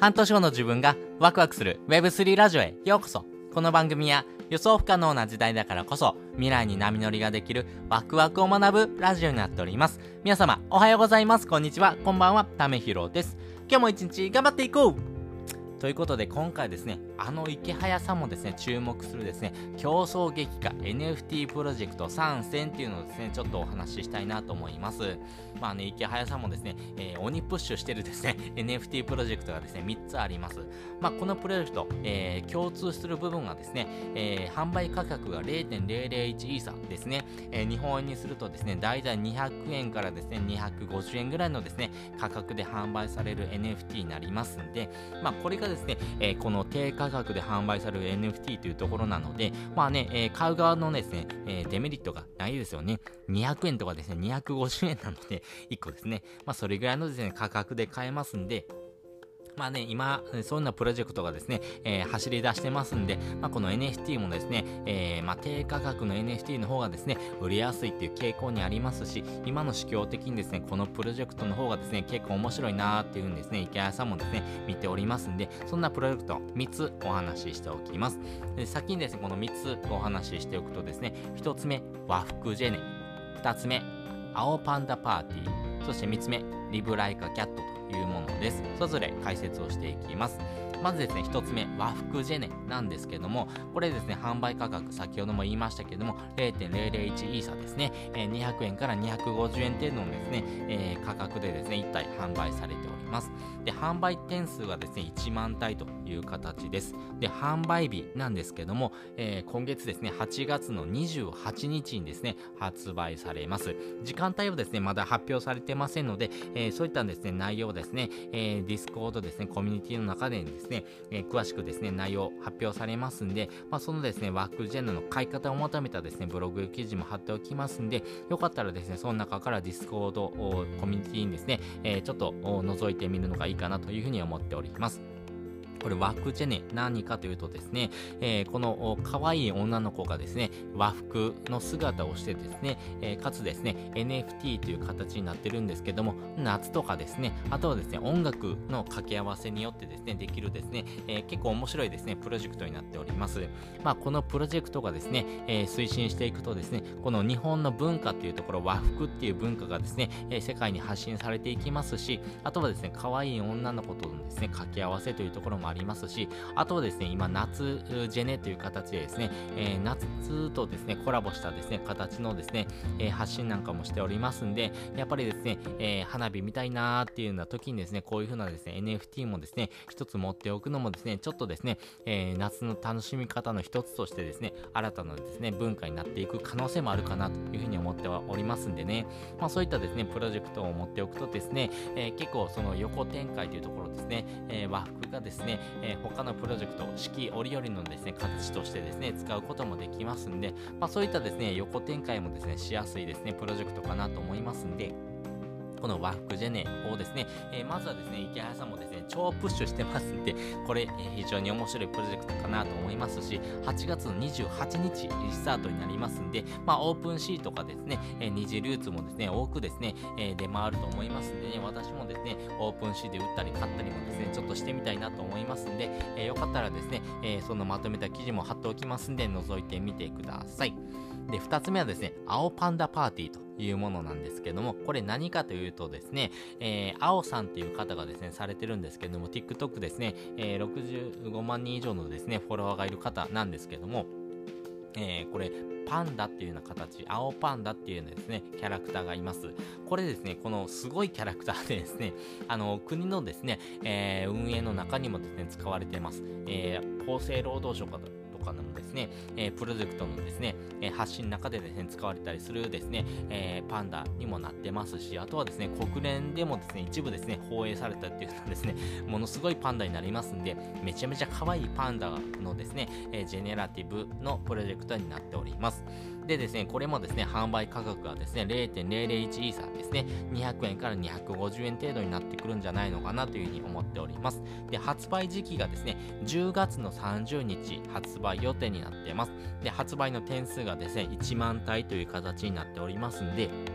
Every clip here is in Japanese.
半年後の自分がワクワクする Web3 ラジオへようこそ。この番組は予想不可能な時代だからこそ未来に波乗りができるワクワクを学ぶラジオになっております。皆様おはようございます、こんにちは、こんばんは、ためひろです。今日も一日頑張っていこうということで、今回ですね、池早さんもですね、注目するですね、競争激化 NFT プロジェクト参戦っていうのをですね、ちょっとお話ししたいなと思います。池早さんもですね、鬼プッシュしてるですね、NFT プロジェクトがですね、3つあります。このプロジェクト、共通する部分がですね、販売価格が 0.001 イーサですね、日本円にするとですね、だいたい200円からですね、250円ぐらいのですね、価格で販売される NFT になりますんで、これがですね、この低価格で販売される NFT というところなので、買う側のですね、デメリットがないですよね。200円とかですね、250円なので、1個ですね、それぐらいのですね、価格で買えますんで、今、そういうようなプロジェクトがですね、走り出してますんで、この NFT もですね、低価格の NFT の方がですね、売りやすいっていう傾向にありますし、今の市況的にですね、このプロジェクトの方がですね、結構面白いなーっていう風にですね、池谷さんもですね、見ておりますんで、そんなプロジェクト3つお話ししておきます。で、先にですね、この3つお話ししておくとですね、1つ目、和服ジェネ、2つ目、青パンダパーティー、そして3つ目、リブライカキャットというものです。それぞれ解説をしていきます。まずですね、1つ目、和服ジェネなんですけども、これですね、販売価格、先ほども言いましたけども、0.001 イーサですね、200円から250円程度のですね、価格でですね、1体販売されております。で、販売点数がですね、1万体という形です。で、販売日なんですけども、今月ですね、8月の28日にですね、発売されます。時間帯はですね、まだ発表されてませんので、そういったですね、内容をですね、ディスコードですね、コミュニティの中でですね、詳しくですね、内容発表されますんで、そのですね、ワークジェンの買い方をまとめたですね、ブログ記事も貼っておきますんで、よかったらですね、その中からディスコードコミュニティにですね、ちょっと覗いてみるのがいいかなというふうに思っております。これ和服ジェネ何かというとですね、この可愛い女の子がですね、和服の姿をしてですね、かつですね、NFT という形になってるんですけども、夏とかですね、あとはですね、音楽の掛け合わせによってですね、できるですね、結構面白いですね、プロジェクトになっております。このプロジェクトがですね、推進していくとですね、この日本の文化っていうところ、和服っていう文化がですね、世界に発信されていきますし、あとはですね、可愛い女の子とのですね、掛け合わせというところもありますし、あとはですね、今夏ジェネという形でですね、夏とですねコラボしたですね形のですね、発信なんかもしておりますんで、やっぱりですね、花火見たいなーっていうような時にですね、こういう風なですね NFT もですね一つ持っておくのもですね、ちょっとですね、夏の楽しみ方の一つとしてですね、新たなですね文化になっていく可能性もあるかなという風に思ってはおりますんでね、そういったですねプロジェクトを持っておくとですね、結構その横展開というところですね、和服がですね、他のプロジェクト、四季折々のですね、形としてですね、使うこともできますんで、そういったですね、横展開もですね、しやすいですね、プロジェクトかなと思いますんで、この和服ジェネをですね、まずはですね、池原さんもですね、超プッシュしてますんで、これ、非常に面白いプロジェクトかなと思いますし、8月の28日スタートになりますんで、オープンシーとかですね、二次流通もですね、多くですね、出回ると思いますんでね、私もですね、オープンシーで売ったり買ったりもですね、ちょっとしてみたいなと思いますんで、よかったらですね、そのまとめた記事も貼っておきますんで、覗いてみてください。で、2つ目はですね、青パンダパーティーというものなんですけども、これ何かというとですね、青さんっていう方がですね、されてるんですけども、TikTok ですね、65万人以上のですね、フォロワーがいる方なんですけども、これパンダっていうような形、青パンダっていうようなですねキャラクターがいます。これですね、このすごいキャラクターでですね、国のですね、運営の中にもですね使われています。厚生労働省とかのですね、プロジェクトのですね、発信の中でですね使われたりするですね、パンダにもなってますし、あとはですね国連でもですね一部ですね放映されたっていうのはですね、ものすごいパンダになりますんで、めちゃめちゃ可愛いパンダのですね、ジェネラティブのプロジェクトになっております。でですね、これもですね、販売価格がですね、0.001 イーサですね、200円から250円程度になってくるんじゃないのかなというふうに思っております。で、発売時期がですね、10月の30日発売予定になっています。で、発売の点数がですね、1万体という形になっておりますんで、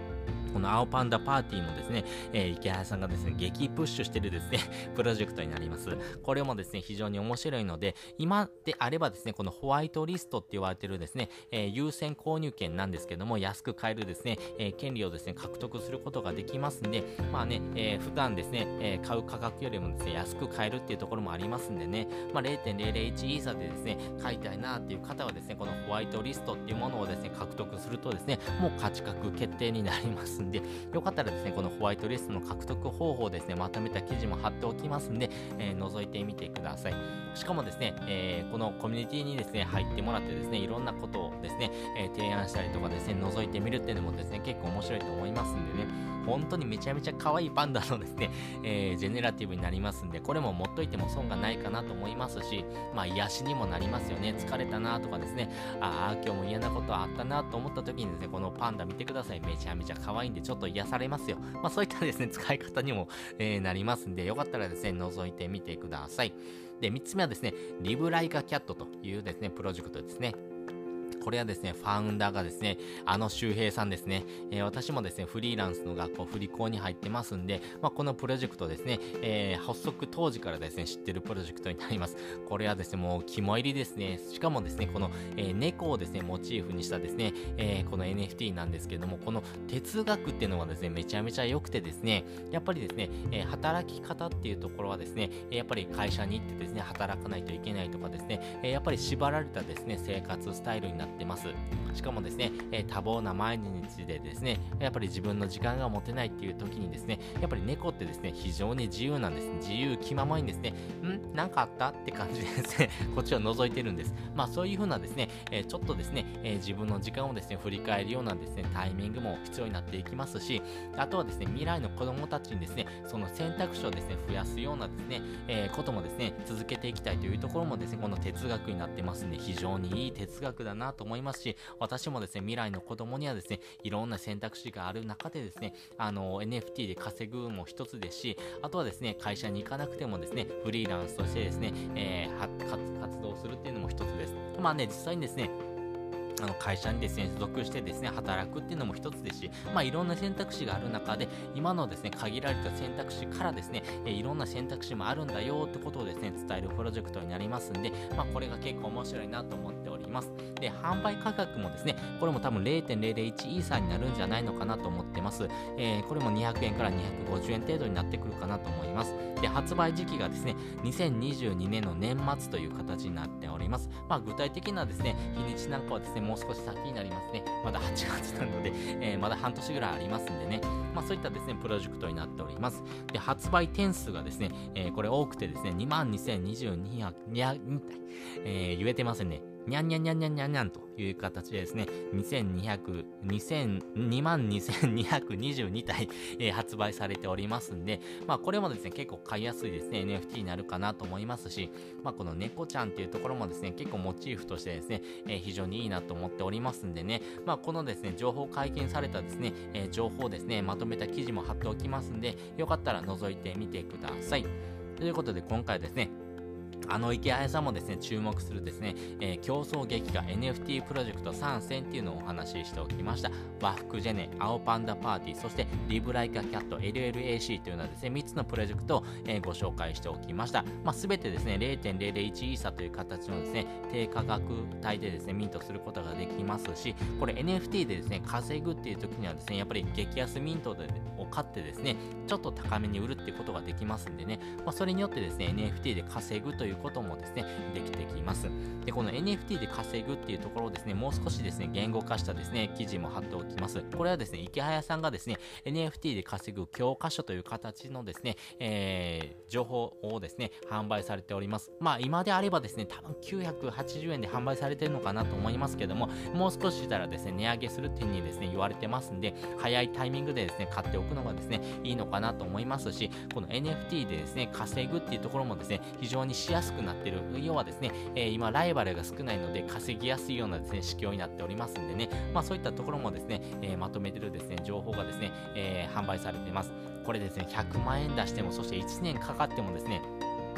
この青パンダパーティーもですね、池原さんがですね、激プッシュしてるですね、プロジェクトになります。これもですね、非常に面白いので、今であればですね、このホワイトリストって言われてるですね、優先購入権なんですけども、安く買えるですね、権利をですね、獲得することができますんで、まあね、普段ですね、買う価格よりもですね、安く買えるっていうところもありますんでね、まあ、0.001 イーサでですね、買いたいなっていう方はですね、このホワイトリストっていうものをですね、獲得するとですね、もう価値格決定になりますんで、よかったらですね、このホワイトリストの獲得方法をですね、まとめた記事も貼っておきますんで、覗いてみてください。しかもですね、このコミュニティにですね、入ってもらってですね、いろんなことをですね、提案したりとかですね、覗いてみるっていうのもですね、結構面白いと思いますんでね、本当にめちゃめちゃ可愛いパンダのですね、ジェネラティブになりますんで、これも持っといても損がないかなと思いますし、まあ癒しにもなりますよね。疲れたなとかですね、今日も嫌なことあったなと思った時にですね、このパンダ見てください。めちゃめちゃ可愛いんでちょっと癒されますよ。まあそういったですね、使い方にも、なりますんで、よかったらですね、覗いてみてください。で、3つ目はですね、リブライカキャットというですね、プロジェクトですね。これはですね、ファウンダーがですね、周平さんですね、私もですね、フリーランスの学校、振り子に入ってますんで、まあ、このプロジェクトですね、発足当時からですね、知ってるプロジェクトになります。これはですね、もう肝入りですね。しかもですね、この、猫をですね、モチーフにしたですね、この NFT なんですけれども、この哲学っていうのはですね、めちゃめちゃ良くてですね、やっぱりですね、働き方っていうところはですね、やっぱり会社に行ってですね、働かないといけないとかですね、やっぱり縛られたですね、生活スタイルになってます。しかもですね、多忙な毎日でですね、やっぱり自分の時間が持てないっていう時にですね、やっぱり猫ってですね、非常に自由なんです。自由気ままにですね、なんかあったって感じでですね、こっちを覗いてるんです。まあそういう風なですね、ちょっとですね、自分の時間をですね、振り返るようなですね、タイミングも必要になっていきますし、あとはですね、未来の子供たちにですね、その選択肢をですね、増やすようなですね、こともですね、続けていきたいというところもですね、この哲学になってますんで、非常にいい哲学だなと思いますし、私もですね、未来の子供にはですね、いろんな選択肢がある中でですね、NFT で稼ぐも一つですし、あとはですね、会社に行かなくてもですね、フリーランスとしてですね、活動するっていうのも一つです。まあね、実際にですね、会社にですね、所属してですね、働くっていうのも一つですし、まあいろんな選択肢がある中で、今のですね、限られた選択肢からですね、いろんな選択肢もあるんだよってことをですね、伝えるプロジェクトになりますんで、まあこれが結構面白いなと思っております。で、販売価格もですね、これも多分 0.001 イーサになるんじゃないのかなと思ってます。これも200円から250円程度になってくるかなと思います。で、発売時期がですね、2022年の年末という形になっております。まあ具体的なですね、日にちなんかはですね、もう少し先になりますね。まだ8月なので、まだ半年ぐらいありますんでね。まあそういったですね、プロジェクトになっております。で、発売点数がですね、これ多くてですね、22,222、言えてませんね。にゃんにゃんにゃんにゃんにゃんにゃんという形でですね、22,222体、発売されておりますんで、まあこれもですね、結構買いやすいですね、NFT になるかなと思いますし、まあこの猫ちゃんっていうところもですね、結構モチーフとしてですね、非常にいいなと思っておりますんでね、まあこのですね、情報解禁されたですね、情報をですね、まとめた記事も貼っておきますんで、よかったら覗いてみてください。ということで今回ですね、池谷さんもですね、注目するですね、競争激化 NFT プロジェクト3選っていうのをお話ししておきました。和服ジェネ、青パンダパーティー、そしてリブライカキャット、LLAC というのはですね、3つのプロジェクトを、ご紹介しておきました。まあ、すべてですね、0.001 イーサという形のですね、低価格帯でですね、ミントすることができますし、これ NFT でですね、稼ぐっていう時にはですね、やっぱり激安ミントを買ってですね、ちょっと高めに売るっていうことができますんでね、まあ、それによってですね、NFT で稼ぐということもですね、できてきます。で、この NFT で稼ぐっていうところをですね、もう少しですね、言語化したですね、記事も貼っておきます。これはですね、池早さんがですね、NFT で稼ぐ教科書という形のですね、情報をですね、販売されております。まあ、今であればですね、多分980円で販売されてるのかなと思いますけども、もう少ししたらですね、値上げするっていうふうにですね、言われてますんで、早いタイミングでですね、買っておくのがですね、いいのかなと思いますし、この NFT でですね、稼ぐっていうところもですね、非常にしやすくなっている。要はですね、今ライバルが少ないので稼ぎやすいようなですね、仕様になっておりますんでね、まあそういったところもですね、まとめてるですね、情報がですね、販売されています。これですね、100万円出しても、そして1年かかってもですね、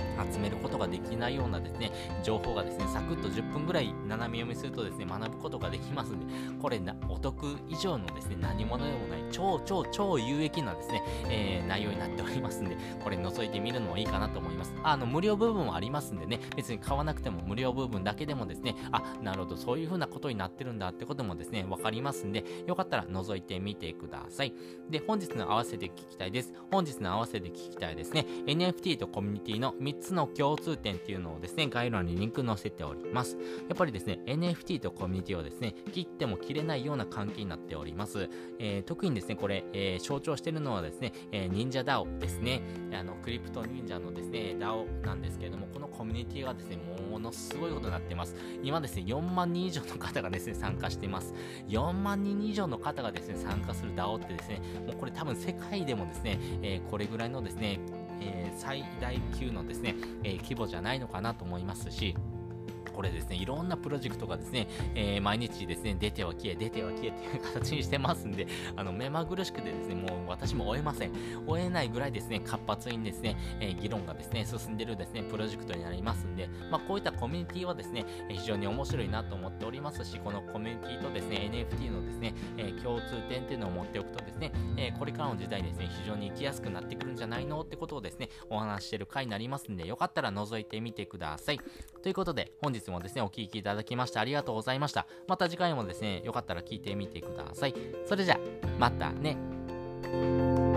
集めることができないようなですね、情報がですね、サクッと10分ぐらい斜め読みするとですね、学ぶことができますんで、これお得以上のですね、何者でもない、超有益なですね、内容になっておりますんで、これ覗いてみるのもいいかなと思います。無料部分もありますんでね、別に買わなくても無料部分だけでもですね、なるほど、そういう風なことになってるんだってこともですね、わかりますんで、よかったら覗いてみてください。で、本日の合わせて聞きたいです。本日の合わせて聞きたいですね、NFT とコミュニティの3つの共通点っていうのをですね、概要欄にリンク載せております。やっぱりですね、NFT とコミュニティはですね、切っても切れないような関係になっております。特にですね、これ、象徴しているのはですね、忍者 DAO ですね。クリプト忍者のですね、DAO なんですけれども、このコミュニティがですね、ものすごいことになっています。今ですね、4万人以上の方がですね、参加しています。4万人以上の方がですね、参加する DAO ってですね、もうこれ多分世界でもですね、これぐらいのですね、最大級のですね、規模じゃないのかなと思いますし、これですね、いろんなプロジェクトがですね、毎日ですね、出ては消えっていう形にしてますんで、目まぐるしくてですね、もう私も追えません。追えないぐらいですね、活発にですね、議論がですね、進んでるですね、プロジェクトになりますんで、こういったコミュニティはですね、非常に面白いなと思っておりますし、このコミュニティとですね、NFT のですね、共通点っていうのを持っておくとですね、これからの時代ですね、非常に生きやすくなってくるんじゃないのってことをですね、お話ししてる回になりますんで、よかったら覗いてみてください。ということで、本日もですね、お聞きいただきましてありがとうございました。また次回もですね、よかったら聞いてみてください。それじゃ、またね。